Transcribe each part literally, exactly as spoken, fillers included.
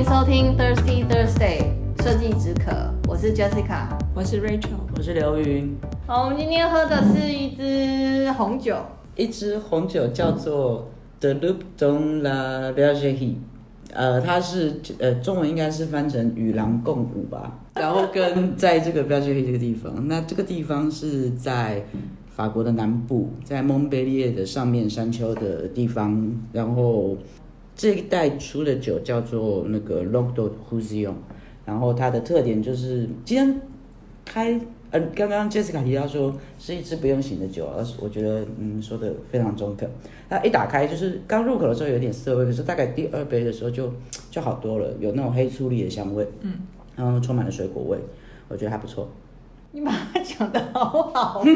收听 Thirsty Thursday 设计止渴，我是 Jessica， 我是 Rachel， 我是刘云。 好，我们今天喝的是一支红酒， 一支红酒叫做 De Loup dans la Bergerie， 呃，它是呃中文应该是翻成与狼共舞吧。然后跟在这个 Bergerie 这个地方，那这个地方是在法国的南部，在蒙贝利耶的上面山丘的地方。然后这一代出的酒叫做那个 Languedoc de Roussillon， 然后它的特点就是今天开。呃，刚刚 Jessica 提到说是一支不用醒的酒，而是我觉得嗯说的非常中肯。它一打开就是刚入口的时候有点涩味，可是大概第二杯的时候就就好多了，有那种黑醋栗的香味，嗯，然后充满了水果味，我觉得还不错。 你把它讲得好好、哦，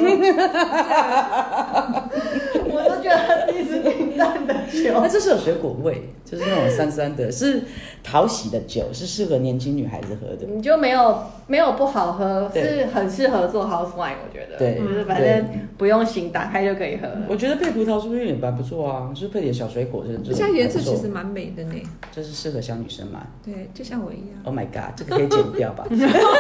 我都觉得它是一支平淡的酒。 那这是有水果味，就是那种酸酸的，是讨喜的酒，是适合年轻女孩子喝的。 你就没有没有不好喝，是很适合做 house wine， 我觉得。 对， 就是反正不用醒，打开就可以喝了。 我觉得配葡萄是不是也蛮不错啊？就是配点小水果，这这颜色其实蛮美的呢。 这是适合小女生买。 对，就像我一样。 Oh my god， 这个可以剪掉吧？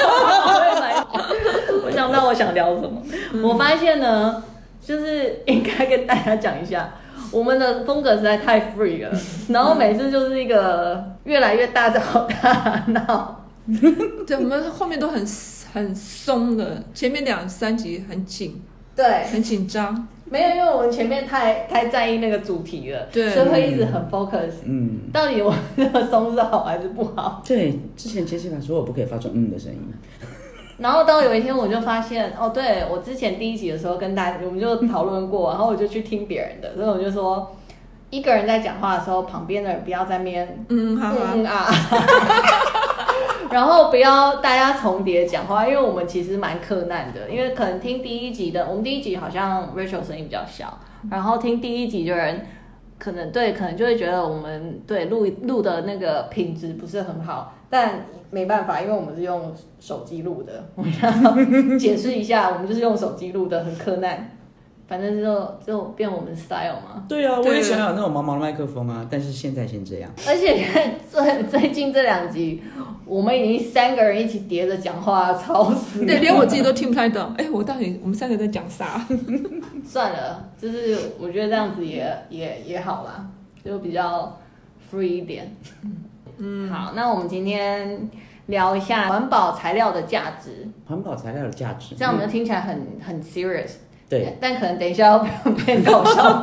我想不到我想聊什么。嗯、我发现呢，就是应该跟大家讲一下，我们的风格实在太 free 了，然后每次就是一个越来越大吵大闹。 对，我们后面都很很松的，前面两三集很紧， 对， 很紧张。 没有，因为我们前面太太在意那个主题了， 对， 所以会一直很 focus。嗯，到底我这个松是好还是不好？ 对，之前杰西卡说我不可以发出嗯的声音。 然后到有一天我就发现，哦，对，我之前第一集的时候跟大家我们就讨论过，然后我就去听别人的，所以我就说，一个人在讲话的时候，旁边的人不要在那边嗯好嗯啊，然后不要大家重叠讲话，因为我们其实蛮克难的，因为可能听第一集的，我们第一集好像 Rachel 声音比较小，然后听第一集的人可能对，可能就会觉得我们对录录的那个品质不是很好，但没办法，因为我们是用手机录的，我要解释一下，我们就是用手机录的，很柯难。反正就就变我们 style 嘛。 对啊，我也想有那种毛毛的麦克风啊，但是现在先这样。 而且最最近这两集，我们已经三个人一起叠着讲话，吵死。 对，连我自己都听不太懂。哎，我到底我们三个在讲啥？ 算了，就是我觉得这样子也也也好啦，就比较 free 一点。嗯，好，那我们今天聊一下环保材料的价值。 环保材料的价值， 这样我们听起来很很 serious。 对， 但可能等一下要变搞笑。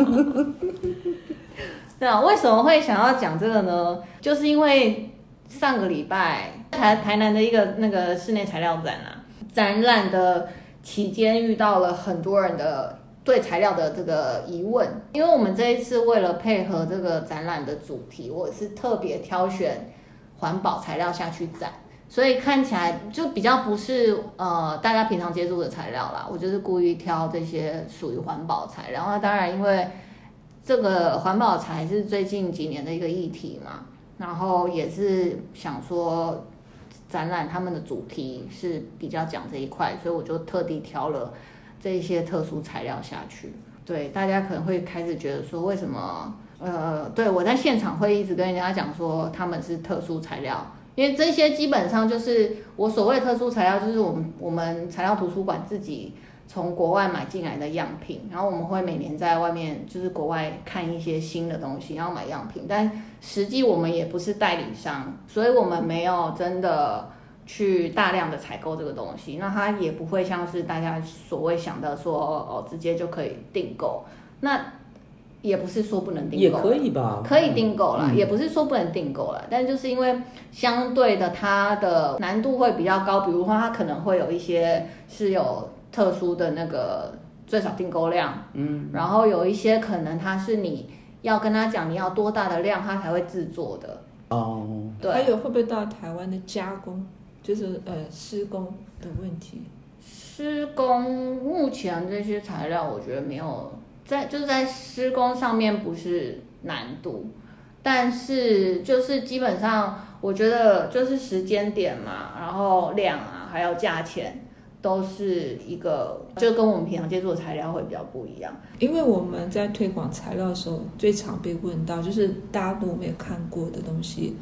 对啊，为什么会想要讲这个呢？就是因为上个礼拜台台南的一个那个室内材料展啊，展览的期间遇到了很多人的对材料的这个疑问，因为我们这一次为了配合这个展览的主题，我是特别挑选环保材料下去展。所以看起来就比较不是呃大家平常接触的材料啦，我就是故意挑这些属于环保材料。那当然，因为这个环保材是最近几年的一个议题嘛，然后也是想说展览他们的主题是比较讲这一块，所以我就特地挑了这些特殊材料下去。对，大家可能会开始觉得说，为什么呃，对我在现场会一直跟人家讲说他们是特殊材料。因为这些基本上就是我所谓的特殊材料，就是我们我们材料图书馆自己从国外买进来的样品，然后我们会每年在外面就是国外看一些新的东西，然后买样品，但实际我们也不是代理商，所以我们没有真的去大量的采购这个东西，那它也不会像是大家所谓想的说哦直接就可以订购，那也不是说不能订购， 也可以吧， 可以订购啦、嗯，也不是说不能订购啦，但就是因为相对的它的难度会比较高，比如说它可能会有一些是有特殊的那个最少订购量，嗯，然后有一些可能它是你要跟他讲你要多大的量，它才会制作的。 哦， 对，还有会不会到台湾的加工，就是呃施工的问题？ 施工目前这些材料，我觉得没有。在就是在施工上面不是难度，但是就是基本上我觉得就是时间点嘛，然后量啊，还有价钱都是一个，就跟我们平常接触的材料会比较不一样。 因为我们在推广材料的时候，最常被问到就是大家都没有看过的东西，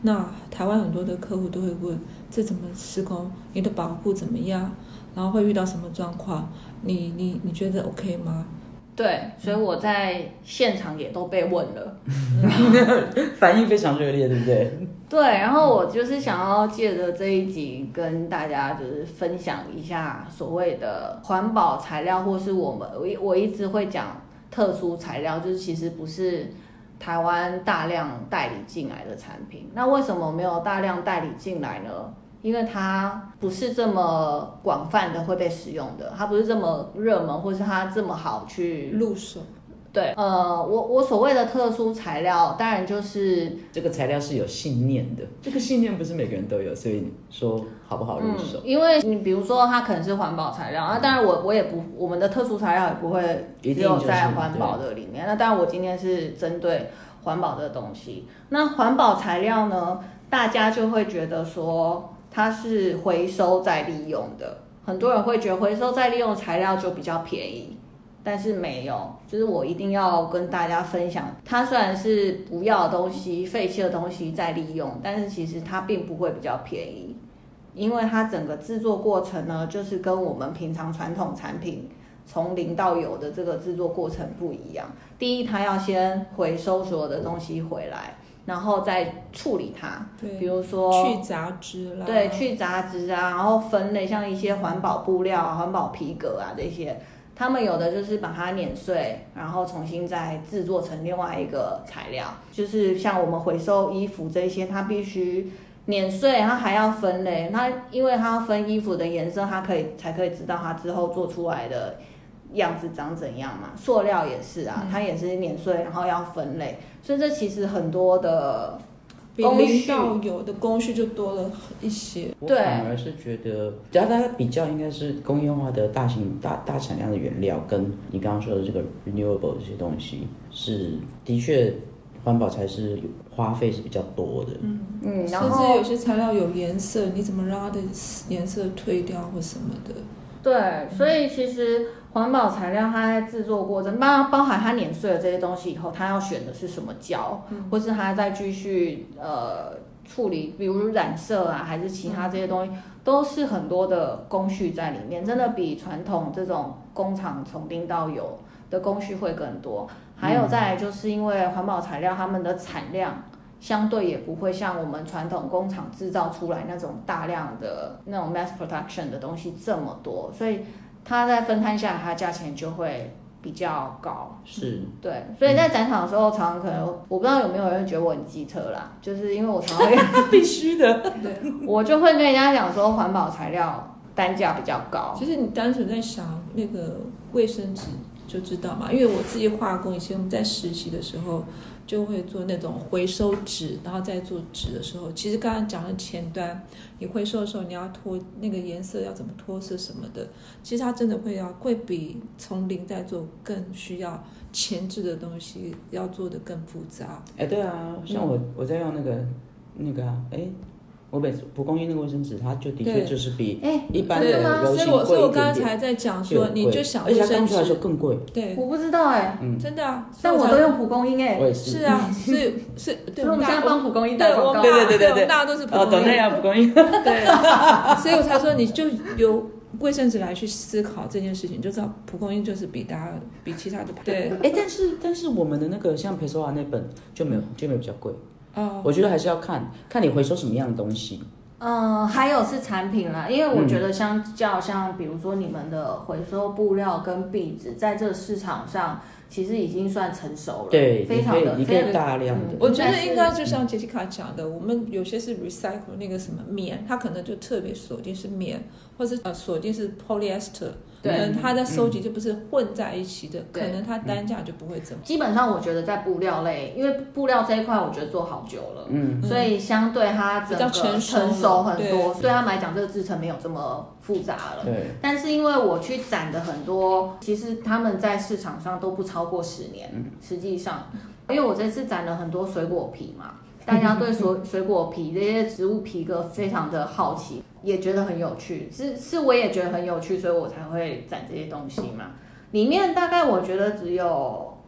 那台湾很多的客户都会问，这怎么施工？你的保护怎么样？然后会遇到什么状况？你你你觉得 OK 吗？ 对，所以我在现场也都被问了， 反应非常热烈，对不对？ 对，然后我就是想要借着这一集跟大家就是分享一下所谓的环保材料，或是我们我我一直会讲特殊材料，就是其实不是台湾大量代理进来的产品。那为什么没有大量代理进来呢？因为它不是这么广泛的会被使用的，它不是这么热门，或是它这么好去入手。 对，呃，我我所谓的特殊材料，当然就是这个材料是有信念的，这个信念不是每个人都有，所以说好不好入手？ 嗯、因为你比如说它可能是环保材料，那、嗯、当然我我也不，我们的特殊材料也不会只有在环保的里面。那当然我今天是针对环保的东西。那环保材料呢，大家就会觉得说它是回收再利用的，很多人会觉得回收再利用材料就比较便宜。但是没有，就是我一定要跟大家分享，它虽然是不要的东西、废弃的东西再利用，但是其实它并不会比较便宜，因为它整个制作过程呢，就是跟我们平常传统产品从零到有的这个制作过程不一样。第一，它要先回收所有的东西回来，然后再处理它， 对， 比如说去杂质啦， 对，去杂质啊，然后分类，像一些环保布料啊、环保皮革啊这些。他们有的就是把它碾碎，然后重新再制作成另外一个材料，就是像我们回收衣服这些，它必须碾碎，它还要分类。它因为它要分衣服的颜色，它可以才可以知道它之后做出来的样子长怎样嘛。塑料也是啊，它也是碾碎，然后要分类，所以这其实很多的。 比零到有的工序就多了一些。 我反而是觉得，只要大家比较，应该是工业化的大型大大产量的原料，跟你刚刚说的这个 renewable 这些东西，是的确环保才是花费是比较多的。 嗯嗯，甚至有些材料有颜色，你怎么让它的颜色退掉或什么的？ 对，所以其实环保材料它在制作过程，包包含它碾碎了这些东西以后，它要选的是什么胶，嗯、或是它再继续呃处理，比如染色啊，还是其他这些东西，嗯、都是很多的工序在里面，真的比传统这种工厂从零到有的工序会更多。还有再来就是因为环保材料它们的产量。相对也不会像我们传统工厂制造出来那种大量的那种 mass production 的东西这么多，所以它在分摊下来，它价钱就会比较高。 是， 对，所以在展场的时候，常常可能我不知道有没有人觉得我很机车啦，就是因为我常常会必须的， 对，我就会跟人家讲说环保材料单价比较高。 其实你单纯在想那个卫生纸就知道嘛，因为我自己化工，以前我们在实习的时候。就会做那种回收纸，然后再做纸的时候，其实刚刚讲的前端，你回收的时候你要脱那个颜色要怎么脱色什么的，其实它真的会要会比从零再做更需要前置的东西要做的更复杂。 哎，对啊，像我、嗯、我在用那个那个啊，哎。我每次蒲公英那个卫生纸，它就的确就是比一般的柔性贵一点点。 所以我所以我刚才在讲说，你就想卫生纸，而且它刚出来的时候更贵。 对， 我不知道哎、欸嗯，真的啊， 但我都用蒲公英哎、欸。 我也是。 是啊，是是， 对，我们现在帮蒲公英打广告。 对对对对对， 大家都是蒲公英。 哦，懂那样蒲公英。 对，所以我才说，你就由卫生纸来去思考这件事情，就知道蒲公英就是比大家比其他的对。 哎，但是但是我们的那个像培收华那本就没有就没有比较贵。 哦， 我觉得还是要看看你回收什么样的东西。 嗯，还有是产品啦，因为我觉得相较像比如说你们的回收布料跟壁纸，在这个市场上其实已经算成熟了， 对， 非常的， 你可以大量的。 嗯、我觉得应该就像杰西卡讲的，我们有些是 recycle 那个什么棉，它可能就特别锁定是棉，或是呃锁定是 polyester。可能它的收集就不是混在一起的，嗯、可能它单价就不会怎么。 基本上我觉得在布料类，因为布料这一块我觉得做好久了，嗯，所以相对它整个成熟很多，对他们来讲这个制程没有这么复杂了。 对。 但是因为我去展的很多，其实他们在市场上都不超过十年，嗯、实际上，因为我这次展了很多水果皮嘛。大家对水水果皮这些植物皮革非常的好奇，也觉得很有趣，是是我也觉得很有趣，所以我才会展这些东西嘛。里面大概我觉得只有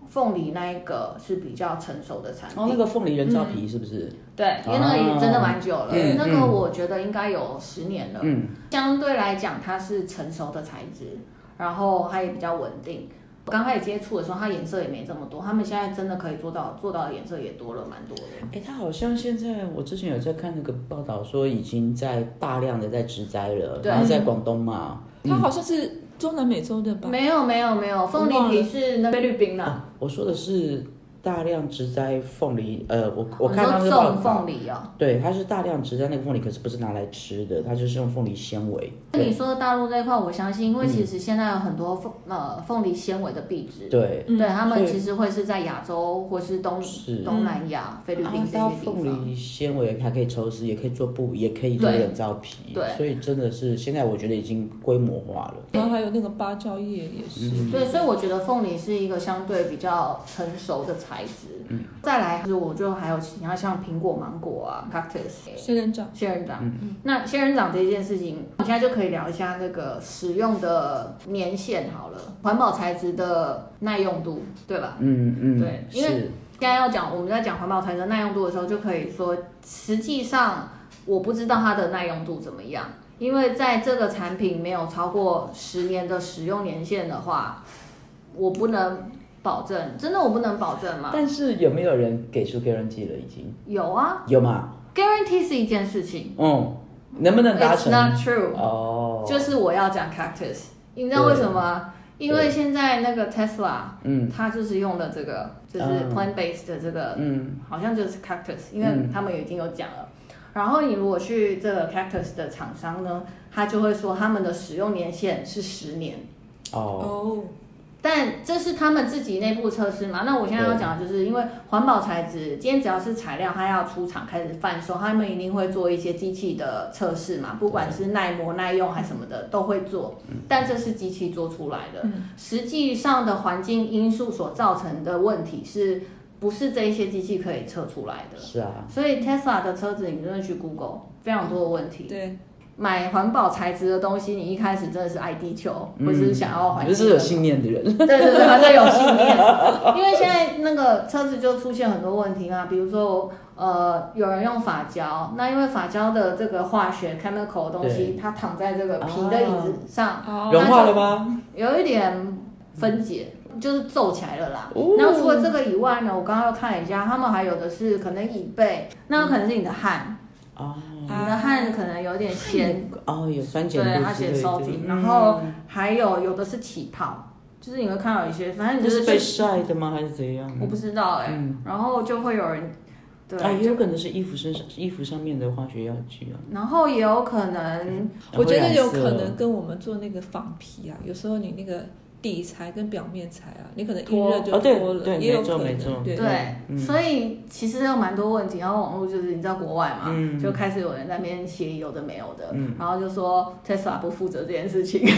凤梨那一个是比较成熟的产品。 哦，那个凤梨人造皮是不是？ 嗯、对，因为那个也真的蛮久了， 嗯、 那个我觉得应该有十年了。 嗯， 相对来讲它是成熟的材质，然后它也比较稳定。我刚开始接触的时候，它颜色也没这么多，他们现在真的可以做到做到的颜色也多了蛮多的。 哎，它好像现在我之前有在看那个报道说，已经在大量的在植栽了，然后在广东嘛， 它好像是中南美洲的吧？ 没有没有没有，凤梨皮是那菲律宾的、啊哦。我说的是大量植栽凤梨，呃，我我哦看到是种凤梨哦。 对，它是大量植栽那个凤梨，可是不是拿来吃的，它就是用凤梨纤维。 你说的大陆这一块，我相信，因为其实现在有很多凤、嗯、呃凤梨纤维的币值， 对， 对他们其实会是在亚洲或是东是东南亚、菲律宾这些地方。 凤梨纤维还可以抽丝，也可以做布，也可以做人造皮， 对， 所以真的是现在我觉得已经规模化了。 然后还有那个芭蕉叶也是， 嗯、 对，所以我觉得凤梨是一个相对比较成熟的材质。嗯，再来就是我就还有其他像苹果、芒果啊 ，cactus、 仙人掌、 仙人掌。 嗯， 那仙人掌这件事情，我现在就可以聊一下那个使用的年限好了，环保材质的耐用度，对吧？ 嗯嗯， 对，因为现在要讲我们在讲环保材质的耐用度的时候，就可以说，实际上我不知道它的耐用度怎么样，因为在这个产品没有超过十年的使用年限的话，我不能保证，真的我不能保证嘛。 但是有没有人给出 guarantee 了？已经有啊， 有吗 ？guarantee 是一件事情， 嗯，能不能达成 ？It's not true。 哦， 就是我要讲 cactus， 你知道为什么吗？因为现在那个 Tesla， 嗯，它就是用了这个，就是 plant based 的这个，嗯，好像就是 cactus， 因为他们已经有讲了。然后你如果去这个 cactus 的厂商呢，他就会说他们的使用年限是十年。 哦。 但这是他们自己内部测试嘛？那我现在要讲的就是，因为环保材质，今天只要是材料，它要出厂开始贩售，他们一定会做一些机器的测试嘛，不管是耐磨、耐用还什么的都会做。但这是机器做出来的，实际上的环境因素所造成的问题是不是这一些机器可以测出来的？ 是啊。所以 Tesla 的车子，你真的去 Google 非常多的问题。 对。 买环保材质的东西，你一开始真的是爱地球，嗯、或是想要环境， 就是有信念的人。 对对对，还是有信念。因为现在那个车子就出现很多问题嘛，比如说呃，有人用发胶，那因为发胶的这个化学 chemical 的东西，它躺在这个皮的椅子上， 哦、融化了吗？ 有一点分解。就是皱起来了啦。哦、然后除了这个以外呢，我刚刚又看了一下，他们还有的是可能椅背，那有可能是你的汗。哦，你的汗可能有点咸哦，有酸碱对，它写 salty， 然后还有有的是起泡，就是你会看到一些，反正你就是被晒的吗，还是怎样？ 我不知道哎、欸嗯，然后就会有人，对， 啊，也有可能是衣服身上衣服上面的化学药剂啊， 然后也有可能， 我觉得有可能跟我们做那个仿皮啊，有时候你那个。底材跟表面材啊，你可能一热就脱了， 哦、对也有可能。 没错对，对嗯、所以其实有蛮多问题。然后网络就是你知道国外嘛，嗯、就开始有人在那边写有的没有的，嗯、然后就说 Tesla 不负责这件事情。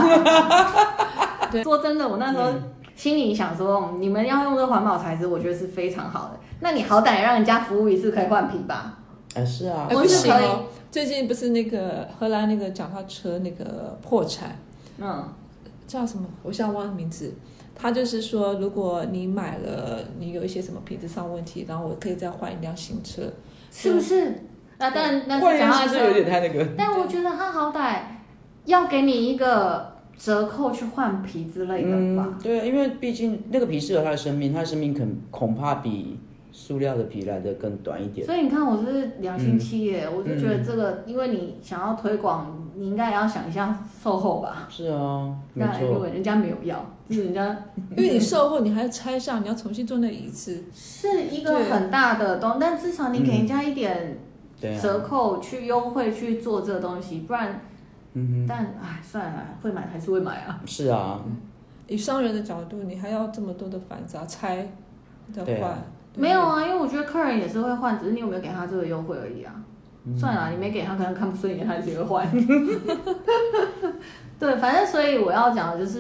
对，说真的，我那时候心里想说，你们要用这环保材质，我觉得是非常好的。那你好歹让人家服务一次可以换皮吧？ 啊，是啊， 不行哦。最近不是那个荷兰那个脚踏车那个破产，嗯。叫什么？我现在忘了名字。他就是说，如果你买了，你有一些什么品质上问题，然后我可以再换一辆新车， 是不是？那但那是讲他是有点太那个。 但我觉得他好歹要给你一个折扣去换皮之类的吧。 嗯、对啊，因为毕竟那个皮是有它的生命，它的生命可恐怕比塑料的皮来的更短一点。 所以你看，我是良心企业，嗯、我就觉得这个，因为你想要推广。你应该也要想一下售后吧？ 是啊，没错。 那如果人家没有要，就是人家， 因为你售后你还要拆下，你要重新做那椅子， 是一个很大的东西，但至少你给人家一点折扣去优惠去做这个东西，不然，嗯但哎算了，会买还是会买啊。 是啊， 以商人的角度，你还要这么多的繁杂拆再换， 没有啊，因为我觉得客人也是会换，只是你有没有给他这个优惠而已啊。算了，你没给他，可能看不顺眼，他还是会换。对，反正所以我要讲的就是，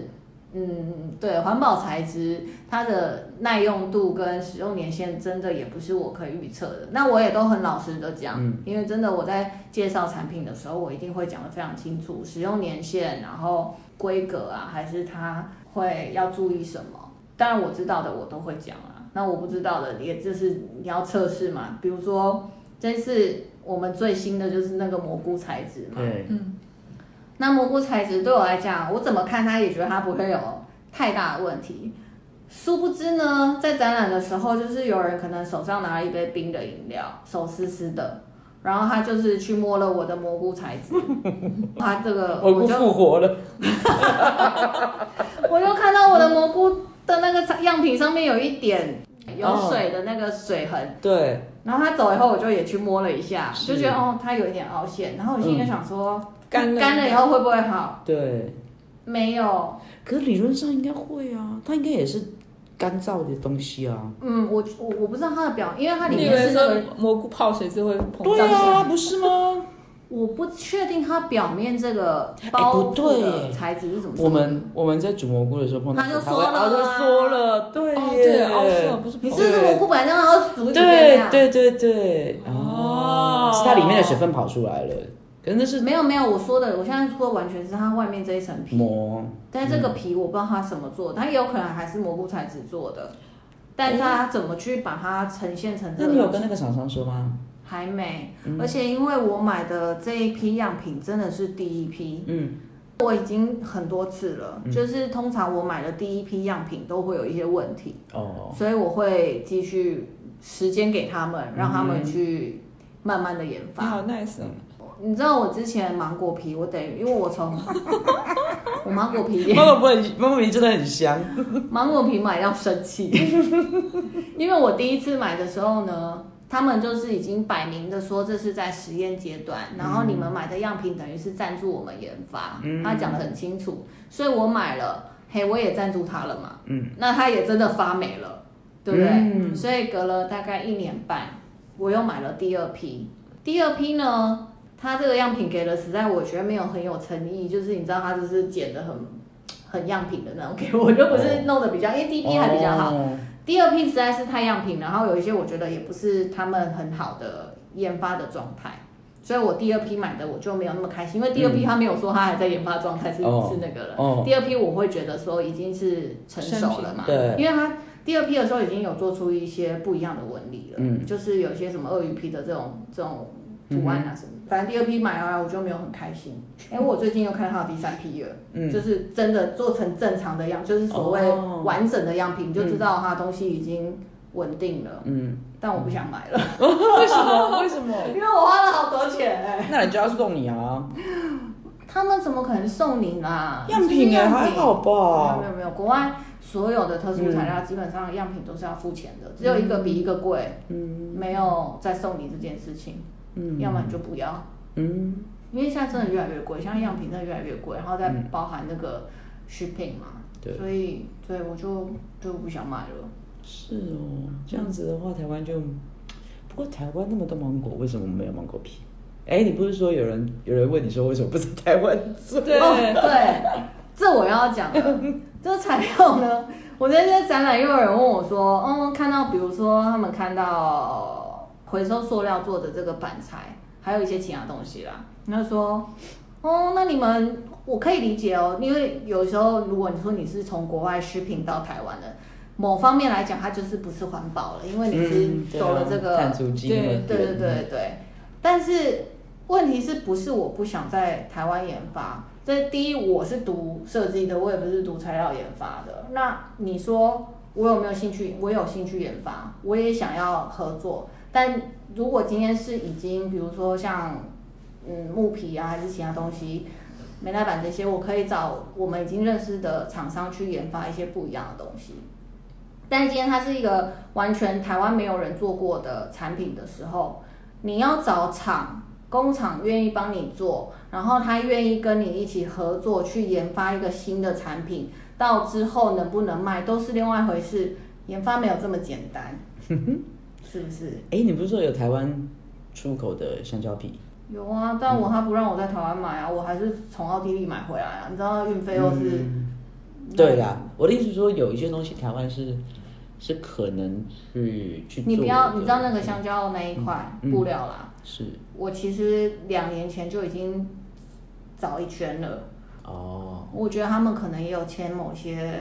嗯，对，环保材质它的耐用度跟使用年限真的也不是我可以预测的。那我也都很老实的讲，嗯、因为真的我在介绍产品的时候，我一定会讲得非常清楚，使用年限，然后规格啊，还是它会要注意什么。 当然我知道的我都会讲啦，那我不知道的也就是你要测试嘛，比如说这次我们最新的就是那个蘑菇材质嘛， 对， 嗯， 那蘑菇材质对我来讲，我怎么看它也觉得它不会有太大的问题。殊不知呢，在展览的时候，就是有人可能手上拿了一杯冰的饮料，手湿湿的，然后他就是去摸了我的蘑菇材质，他这个蘑菇复活了， 我就看到我的蘑菇的那个样品上面有一点有水的那个水痕， 对， 然后他走以后，我就也去摸了一下，就觉得哦，它有一点凹陷，然后我心里就想说， 干了干了以后会不会好？ 对， 没有。 可是理论上应该会啊，它应该也是干燥的东西啊。 嗯，我我我不知道它的表，因为它里你以为面是那个说蘑菇泡水是会膨对胀起来？ 啊，不是吗？ 我不确定它表面这个哎包不对覆的耶材质是怎么做的。 我们我们在煮蘑菇的时候碰到， 它就它会缩了啊凹就缩了，对哦， 耶对，凹陷不是你膨是不是蘑菇本来这样，然后煮一煮变这对样？ 对对对， 哦是它里面的水分跑出来了，可是那是没有没有，我说的，我现在说的完全是它外面这一层皮。 膜， 但这个皮我不知道它什么做的，它也有可能还是蘑菇材质做的，但它怎么去把它呈现成这个？ 那你有跟那个厂商说吗？ 还没， 嗯而且因为我买的这一批样品真的是第一批， 嗯， 我已经很多次了， 嗯就是通常我买的第一批样品都会有一些问题， 哦， 所以我会继续时间给他们，让他们去慢慢的研发。 你好 nice 哦。 你知道我之前芒果皮，我等于因为我从我芒果皮芒果不很，芒果皮真的很香。 芒果皮买要生气，因为我第一次买的时候呢，他们就是已经摆明的说这是在实验阶段，然后你们买的样品等于是赞助我们研发， 嗯他讲得很清楚，所以我买了，嘿，我也赞助他了嘛， 嗯， 那他也真的发霉了，对不对？ 嗯所以隔了大概一年半，我又买了第二批，第二批呢。他这个样品给的实在我觉得没有很有诚意，就是你知道他就是剪的很很样品的那种给我，就不是弄的比较，因为第一批还比较好， 哦第二批实在是太样品，然后有一些我觉得也不是他们很好的研发的状态，所以我第二批买的我就没有那么开心，因为第二批他没有说他还在研发状态是、 哦是那个了， 哦第二批我会觉得说已经是成熟了嘛， 对， 因为他第二批的时候已经有做出一些不一样的纹理了， 嗯就是有一些什么鳄鱼皮的这种这种图案啊什么的，反正第二批买回来我就没有很开心。哎、我最近又看到第三批了， 嗯就是真的做成正常的样，就是所谓哦完整的样品，你就知道它东西已经稳定了。 嗯， 但我不想买了， 为什么？为什么？ 因为我花了好多钱哎、 那人家要送你啊， 他们怎么可能送你啦？ 样品哎， 哎， 还好吧？ 没有没有没有，国外所有的特殊材料基本上样品都是要付钱的，只有一个比一个贵， 嗯没有再送你这件事情， 嗯， 要么你就不要。 嗯， 因为现在真的越来越贵，像样品真的越来越贵，然后再包含那个 shipping 嘛， 对所以所以我就就不想买了。 是哦，这样子的话，台湾就，不过台湾那么多芒果，为什么没有芒果皮？哎，你不是说有人有人问你说为什么不在台湾做？ 对哦，对，这我要讲的，这材料呢，我在这展览又有人问我说，嗯，看到比如说他们看到回收塑料做的这个板材，还有一些其他东西啦，他说，哦，那你们我可以理解哦，因为有时候如果你说你是从国外shipping到台湾的。某方面来讲，它就是不是环保了，因为你嗯是走了这个、 对啊碳足迹那么对对对低对对。但是问题是不是我不想在台湾研发？这第一，我是读设计的，我也不是读材料研发的。那你说我有没有兴趣？我有兴趣研发，我也想要合作。但如果今天是已经，比如说像嗯木皮啊，还是其他东西，美耐板这些，我可以找我们已经认识的厂商去研发一些不一样的东西。但今天它是一个完全台湾没有人做过的产品的时候，你要找厂工厂愿意帮你做，然后他愿意跟你一起合作去研发一个新的产品，到之后能不能卖都是另外一回事。研发没有这么简单，是不是？ 哎，你不是说有台湾出口的香蕉皮？ 有啊，但我他不让我在台湾买啊，我还是从奥地利买回来啊。你知道运费又是、 嗯对啦，我的意思是说，有一些东西台湾是是可能去去做的。 你不要，你知道那个香蕉那一块、 嗯、 布料啦， 是我其实两年前就已经找一圈了。 哦， 我觉得他们可能也有签某些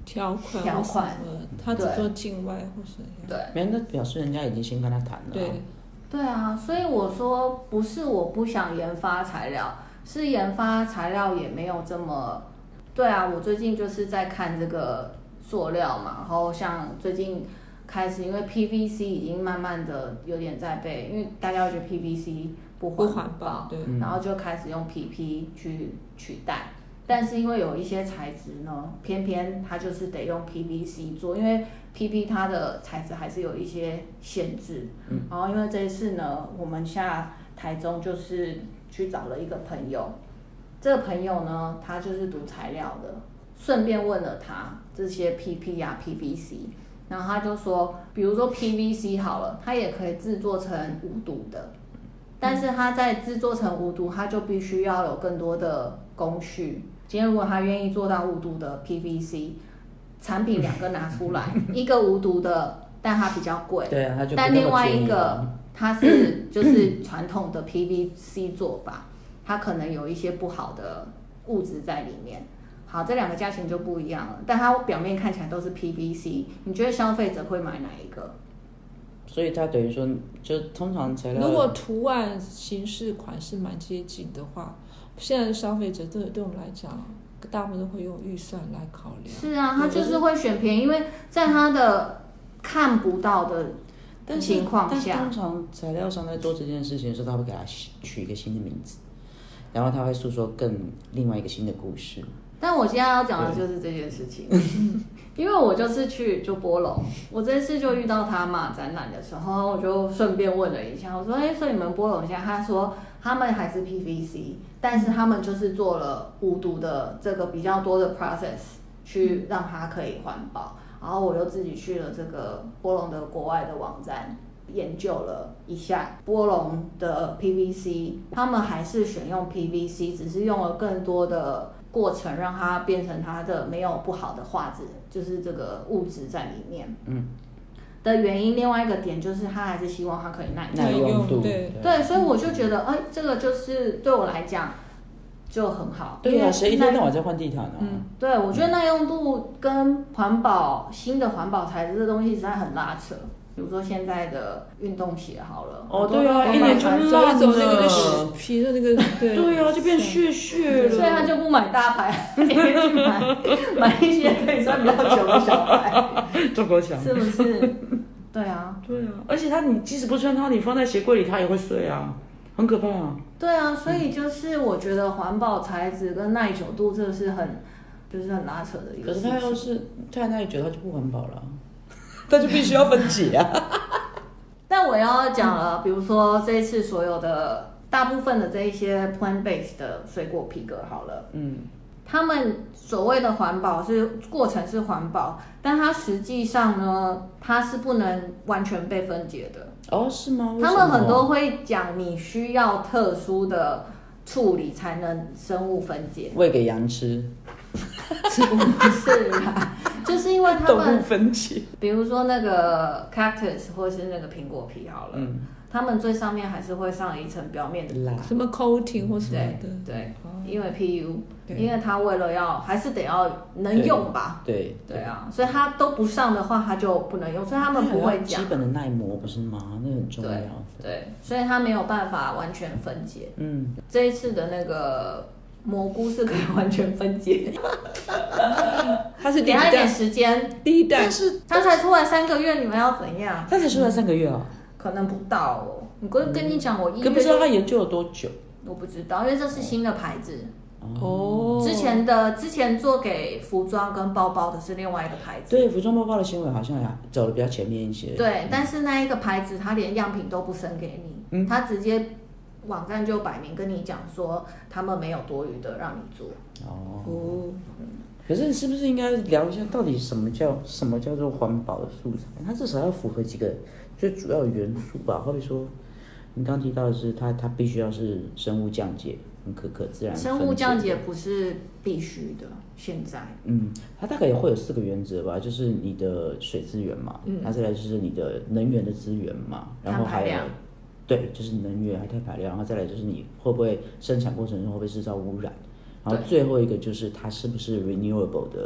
条款条款， 他只做境外或是对， 没那表示人家已经先跟他谈了、啊。 对， 对啊，所以我说不是我不想研发材料，是研发材料也没有这么。对啊，我最近就是在看这个塑料嘛，然后像最近开始，因为 P V C 已经慢慢的有点在被，因为大家会觉得 P V C 不环保， 不环保对， 然后就开始用 P P 去取代。但是因为有一些材质呢，偏偏它就是得用 P V C 做，因为 P P 它的材质还是有一些限制。嗯，然后因为这一次呢，我们下台中就是去找了一个朋友。这个朋友呢，他就是读材料的，顺便问了他这些 P P 啊 P V C， 然后他就说，比如说 P V C 好了，它也可以制作成无毒的，但是它在制作成无毒，它就必须要有更多的工序。今天如果他愿意做到无毒的 P V C， 产品两个拿出来，一个无毒的，但它比较贵， 对啊，它就但另外一个它是就是传统的 P V C 做法。它可能有一些不好的物质在里面，好，这两个价钱就不一样了。但它表面看起来都是 P V C， 你觉得消费者会买哪一个？ 所以它等于说，就通常材料， 如果图案、形式、款式蛮接近的话，现在的消费者对对我们来讲，大部分都会用预算来考量。 是啊，他就是会选便宜，因为在他的看不到的情况下， 但是通常材料商在做这件事情的时候，他会给他取一个新的名字。然后他会诉说更另外一个新的故事。 但我今天要讲的就是这件事情，因为我就是去就波龙，我这次就遇到他嘛，展览的时候我就顺便问了一下，我说，哎，所以你们波龙现在，他说他们还是 P V C， 但是他们就是做了无毒的这个比较多的 process， 去让它可以环保。然后我又自己去了这个波龙的国外的网站。研究了一下波龙的 P V C， 他们还是选用 P V C， 只是用了更多的过程让它变成它的没有不好的化质，就是这个物质在里面。嗯。的原因，另外一个点就是他还是希望它可以耐耐用度。 对对，所以我就觉得，哎，这个就是对我来讲就很好。 对啊，谁一天到晚在换地毯啊？ 嗯，对，我觉得耐用度跟环保新的环保材质这东西实在很拉扯。比如说现在的运动鞋好了， 哦对啊，一年就烂了，走那个皮的那个，对对啊，就变屑屑了， 所以他就不买大牌，去买买一些可以穿比较久的小牌， 中国强是不是？对啊， 对啊，而且它你即使不穿它，你放在鞋柜里它也会碎啊，很可怕啊。 对啊，所以就是我觉得环保材质跟耐久度这是很就是很拉扯的一个事情。 可是它要是太耐久，它就不环保了。那就必须要分解啊！ 但我要讲了，比如说这一次所有的大部分的这一些 plant-based 的水果皮革好了，嗯，他们所谓的环保是过程是环保，但它实际上呢，它是不能完全被分解的。 哦，是吗？ 他们很多会讲你需要特殊的处理才能生物分解， 喂给羊吃。 是不是啦？就是因为他们动物分解， 比如说那个 cactus 或是那个苹果皮好了，嗯，他们最上面还是会上一层表面的蜡， 什么 coating 或什么的， 对，对哦、因为 P U， 因为它为了要还是得要能用吧， 对对, 对啊，所以它都不上的话，它就不能用，所以他们不会讲基本的耐磨不是吗？那很重要， 对，对，所以它没有办法完全分解。嗯，这一次的那个。蘑菇是可以完全分解， 它是给它一点时间， 第一代， 但是它才出来三个月，你们要怎样？ 它才出来三个月啊、哦， 可能不到哦。我跟跟你讲，我一可不知道他研究了多久， 我不知道，因为这是新的牌子。 哦， 之前的之前做给服装跟包包的是另外一个牌子。 对，服装包包的新闻好像走的比较前面一些。 对，但是那一个牌子，它连样品都不生给你，嗯、它直接。网站就摆明跟你讲说，他们没有多余的让你做。 哦，嗯、可是是不是应该聊一下，到底什么叫什么叫做环保的素材？它至少要符合几个最主要的元素吧？好比说，你刚提到的是它，它必须要是生物降解，很可可自然。 生物降解不是必须的，现在。 嗯，它大概也会有四个原则吧，就是你的水资源嘛，嗯，那再来就是你的能源的资源嘛，然后还有。对，就是能源还碳排量，然后再来就是你会不会生产过程中会不会制造污染，然后最后一个就是它是不是 renewable 的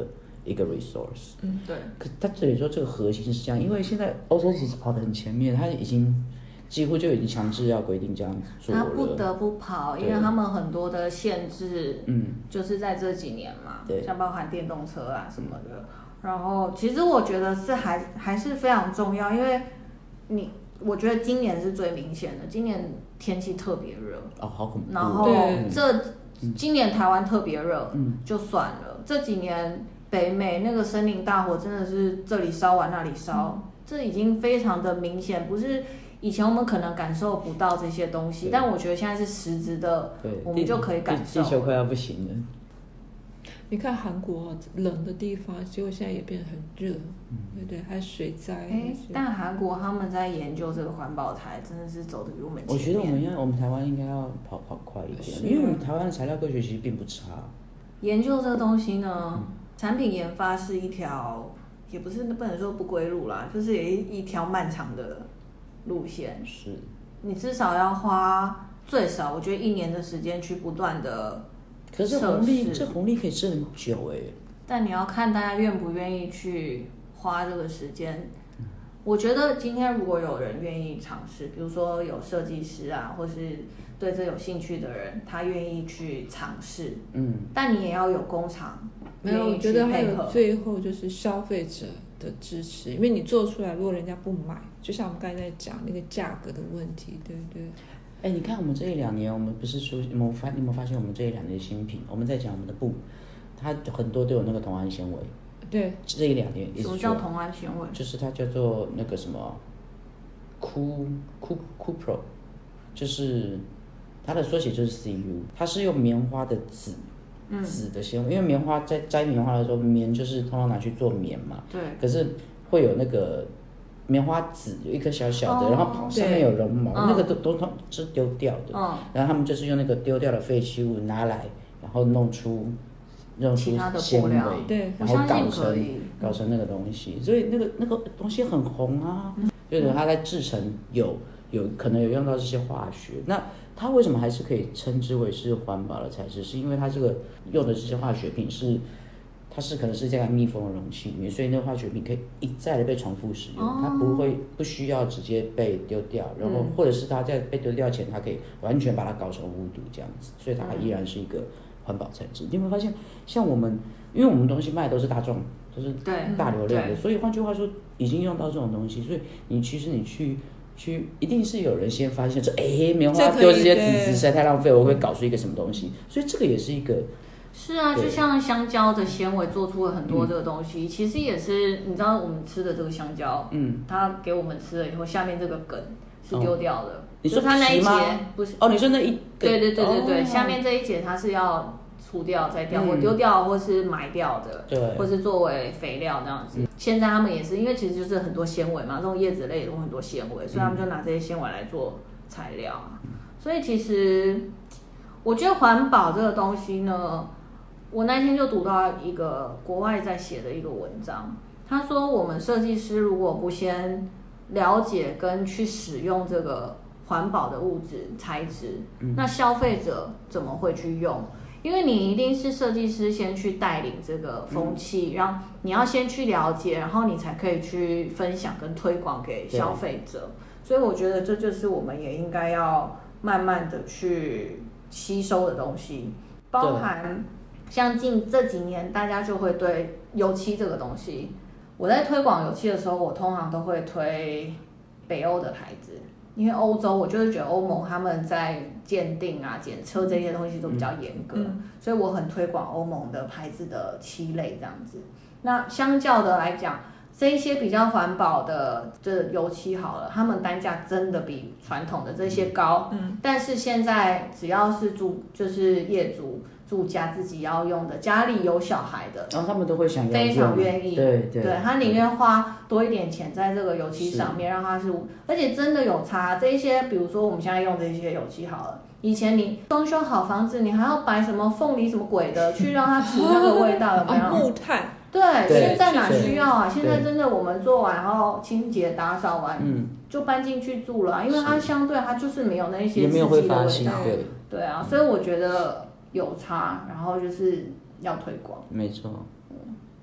一个 resource。 嗯， 对。 可他这里说这个核心是这样，因为现在欧洲其实跑得很前面，他已经几乎就已经强制要规定这样子做了。 他不得不跑，因为他们很多的限制，嗯，就是在这几年嘛， 对， 像包含电动车啊什么的。然后其实我觉得是还还是非常重要，因为你我觉得今年是最明显的，今年天气特别热哦，好恐怖。 然后这今年台湾特别热，嗯，就算了。这几年北美那个森林大火真的是这里烧完那里烧，嗯，这已经非常的明显，不是以前我们可能感受不到这些东西，但我觉得现在是实质的，我们就可以感受。 地球快要不行了。 你看韩国冷的地方，结果现在也变得很热，嗯，对不对？还有水灾。 哎，但韩国他们在研究这个环保台，真的是走得比我们前面。 我觉得我们要，我们台湾应该要跑跑快一点，因为我们台湾的材料科学其实并不差。 研究这个东西呢，嗯，产品研发是一条，也不是不能说不归路啦，就是有一一条漫长的路线。 是。 你至少要花最少，我觉得一年的时间去不断的。 可是红利，这红利可以吃很久哎。 但你要看大家愿不愿意去花这个时间。我觉得今天如果有人愿意尝试，比如说有设计师啊，或是对这有兴趣的人，他愿意去尝试。嗯。但你也要有工厂愿意去配合。 没有，我觉得还有最后就是消费者的支持，因为你做出来，如果人家不买，就像我们刚才在讲那个价格的问题，对不对？ 哎，你看我们这一两年，我们不是说，你有发，你有没有发现我们这一两年的新品？我们在讲我们的布，它很多都有那个同胺纤维。 对。 这一两年。 什么叫同胺纤维？ 就是它叫做那个什么，酷酷酷 pro， 就是它的缩写就是 C U， 它是用棉花的籽，籽的纤维，因为棉花在摘棉花的时候，棉就是通常拿去做棉嘛。 对。 可是会有那个。棉花籽有一颗小小的，哦，然后上面有绒毛，嗯，那个都都是丢掉的，嗯。然后他们就是用那个丢掉的废弃物拿来，然后弄出弄出纤维， 对， 然后搞成搞成那个东西，所以那个那个东西很红啊。嗯，就是它在制成有有可能有用到这些化学，那它为什么还是可以称之为是环保的材质？是因为它这个用的这些化学品是。它是可能是在密封的容器里面，所以那个化学品可以一再的被重复使用，哦，它不会不需要直接被丢掉，然后或者是它在被丢掉前，它可以完全把它搞成无毒这样子，所以它依然是一个环保材质。嗯，你有没有发现，像我们，因为我们东西卖都是大众，都是大流量的，所以换句话说，已经用到这种东西，所以你其实你去去，一定是有人先发现说，哎，棉花丢这些籽籽实在太浪费，我会搞出一个什么东西，所以这个也是一个。 是啊，就像香蕉的纤维做出了很多这个东西，嗯，其实也是你知道我们吃的这个香蕉，嗯，它给我们吃了以后，下面这个梗是丢掉的。哦， 你说它那一节不是？ 哦，你说那一对对对对对，哦，下面这一节它是要除掉再掉，嗯，或丢掉或是埋掉的， 对， 或是作为肥料这样子。嗯，现在他们也是因为其实就是很多纤维嘛，这种叶子类也有很多纤维，所以他们就拿这些纤维来做材料。嗯，所以其实我觉得环保这个东西呢。我那天就读到一个国外在写的一个文章，他说我们设计师如果不先了解跟去使用这个环保的物质材质，嗯，那消费者怎么会去用？因为你一定是设计师先去带领这个风气，嗯，让你要先去了解，然后你才可以去分享跟推广给消费者。所以我觉得这就是我们也应该要慢慢的去吸收的东西，包含。像近这几年，大家就会对油漆这个东西，我在推广油漆的时候，我通常都会推北欧的牌子，因为欧洲我就是觉得欧盟他们在鉴定啊、检测这些东西都比较严格，嗯，所以我很推广欧盟的牌子的漆类这样子。那相较的来讲，这一些比较环保的这油漆好了，他们单价真的比传统的这些高，嗯，但是现在只要是住就是业主。住家自己要用的，家里有小孩的， 然后他们都会想要非常愿意， 对对， 对他宁愿花多一点钱在这个油漆上面，让它是，而且真的有差。这一些，比如说我们现在用这些油漆好了，以前你装修好房子，你还要摆什么凤梨什么鬼的，去让它除那个味道，有没有？ 木炭。 对，现在哪需要啊？现在真的我们做完，然后清洁打扫完，嗯，就搬进去住了，因为它相对它就是没有那些刺激的味道， 对， 对啊，所以我觉得。有差，然后就是要推广， 没错。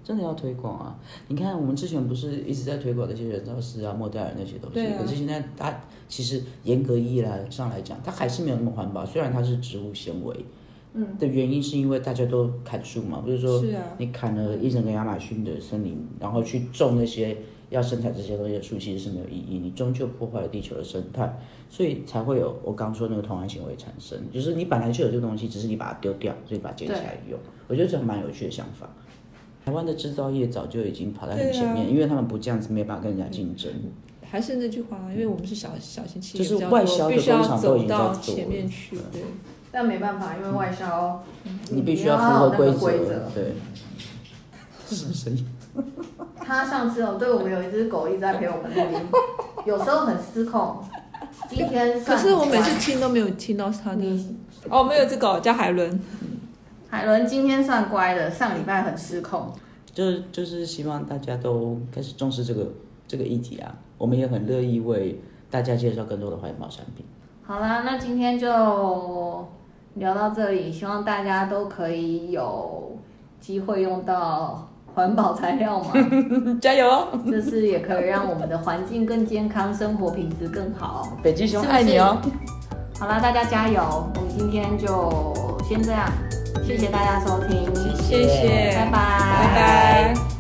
真的要推广啊！你看，我们之前不是一直在推广那些人造丝啊、莫代尔那些东西， 对啊、 可是现在它其实严格意义来上来讲，它还是没有那么环保。虽然它是植物纤维，嗯，的原因是因为大家都砍树嘛，不是说你砍了一整个亚马逊的森林，然后去种那些要生产这些东西的树，其实是没有意义，你终究破坏了地球的生态，所以才会有我刚说那个同样行为产生，就是你本来就有这个东西，只是你把它丢掉，所以把它捡起来用。我觉得这蛮有趣的想法。台湾的制造业早就已经跑在很前面，啊、因为他们不这样子，没有办法跟人家竞争。 还是那句话，因为我们是小小型企业， 就是外销的工厂都已经在做前面去，对。 但没办法，因为外销， 嗯、你必须要符合规则，对。什么声音？ 他上次哦，对我们有一只狗一直在陪我们录音，有时候很失控。今天可是我每次听都没有听到它的。哦，我们有只狗叫海伦。 海伦今天算乖的，上礼拜很失控。 就是就是希望大家都开始重视这个这个议题啊，我们也很乐意为大家介绍更多的环保产品。 好啦，那今天就聊到这里，希望大家都可以有机会用到环保材料嘛， 加油哦！ 就是也可以让我们的环境更健康，生活品质更好。 北极熊爱你哦！ 好啦，大家加油！我们今天就先这样。谢谢大家收听， 谢谢， 拜拜， 拜拜。